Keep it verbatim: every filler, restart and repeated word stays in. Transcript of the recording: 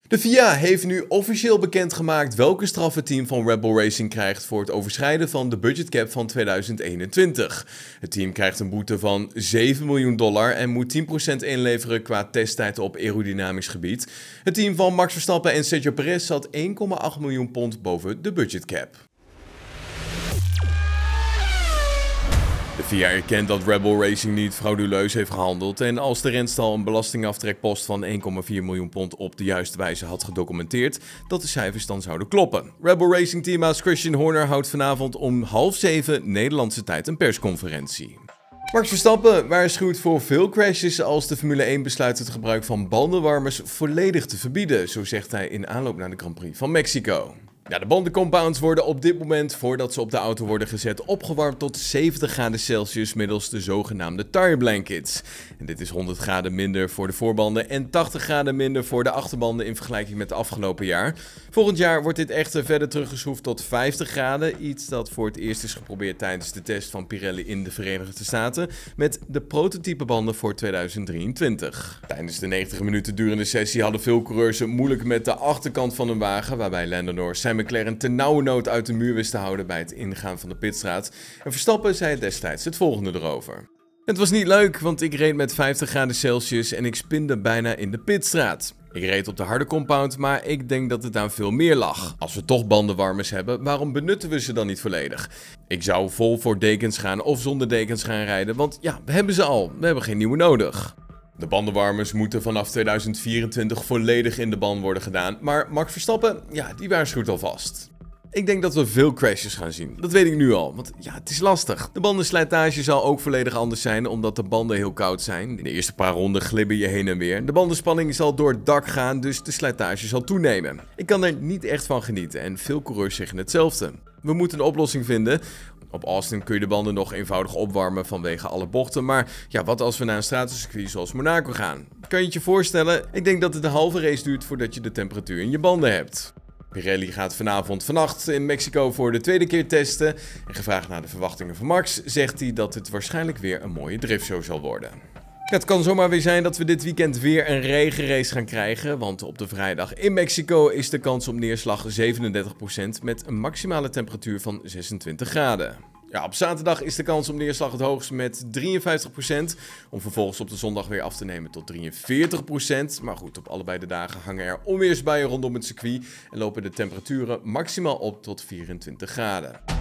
De F I A heeft nu officieel bekendgemaakt welke straf het team van Red Bull Racing krijgt voor het overschrijden van de budgetcap van tweeduizend eenentwintig. Het team krijgt een boete van zeven miljoen dollar en moet tien procent inleveren qua testtijd op aerodynamisch gebied. Het team van Max Verstappen en Sergio Perez zat één komma acht miljoen pond boven de budgetcap. De F I A erkent dat Red Bull Racing niet frauduleus heeft gehandeld en als de renstal een belastingaftrekpost van één komma vier miljoen pond op de juiste wijze had gedocumenteerd, dat de cijfers dan zouden kloppen. Red Bull Racing teambaas Christian Horner houdt vanavond om half zeven Nederlandse tijd een persconferentie. Max Verstappen waarschuwt voor veel crashes als de Formule één besluit het gebruik van bandenwarmers volledig te verbieden, zo zegt hij in aanloop naar de Grand Prix van Mexico. Ja, de bandencompounds worden op dit moment, voordat ze op de auto worden gezet, opgewarmd tot zeventig graden Celsius middels de zogenaamde tire blankets. En dit is honderd graden minder voor de voorbanden en tachtig graden minder voor de achterbanden in vergelijking met het afgelopen jaar. Volgend jaar wordt dit echter verder teruggeschroefd tot vijftig graden, iets dat voor het eerst is geprobeerd tijdens de test van Pirelli in de Verenigde Staten met de prototype banden voor tweeduizend drieëntwintig. Tijdens de negentig minuten durende sessie hadden veel coureurs het moeilijk met de achterkant van hun wagen, waarbij Lando Norris zijn McLaren ternauwernood uit de muur wist te houden bij het ingaan van de pitstraat. En Verstappen zei destijds het volgende erover. Het was niet leuk, want ik reed met vijftig graden Celsius en ik spinde bijna in de pitstraat. Ik reed op de harde compound, maar ik denk dat het aan veel meer lag. Als we toch bandenwarmers hebben, waarom benutten we ze dan niet volledig? Ik zou vol voor dekens gaan of zonder dekens gaan rijden, want ja, we hebben ze al. We hebben geen nieuwe nodig. De bandenwarmers moeten vanaf tweeduizend vierentwintig volledig in de band worden gedaan, maar Max Verstappen, ja, die waarschuwt alvast. Ik denk dat we veel crashes gaan zien, dat weet ik nu al, want ja, het is lastig. De bandenslijtage zal ook volledig anders zijn, omdat de banden heel koud zijn. In de eerste paar ronden glibber je heen en weer. De bandenspanning zal door het dak gaan, dus de slijtage zal toenemen. Ik kan er niet echt van genieten en veel coureurs zeggen hetzelfde. We moeten een oplossing vinden. Op Austin kun je de banden nog eenvoudig opwarmen vanwege alle bochten, maar ja, wat als we naar een stratencircuit zoals Monaco gaan? Kan je het je voorstellen? Ik denk dat het een halve race duurt voordat je de temperatuur in je banden hebt. Pirelli gaat vanavond vannacht in Mexico voor de tweede keer testen. En gevraagd naar de verwachtingen van Max, zegt hij dat het waarschijnlijk weer een mooie driftshow zal worden. Het kan zomaar weer zijn dat we dit weekend weer een regenrace gaan krijgen, want op de vrijdag in Mexico is de kans op neerslag zevenendertig procent met een maximale temperatuur van zesentwintig graden. Ja, op zaterdag is de kans op neerslag het hoogst met drieënvijftig procent, om vervolgens op de zondag weer af te nemen tot drieënveertig procent. Maar goed, op allebei de dagen hangen er onweersbuien rondom het circuit en lopen de temperaturen maximaal op tot vierentwintig graden.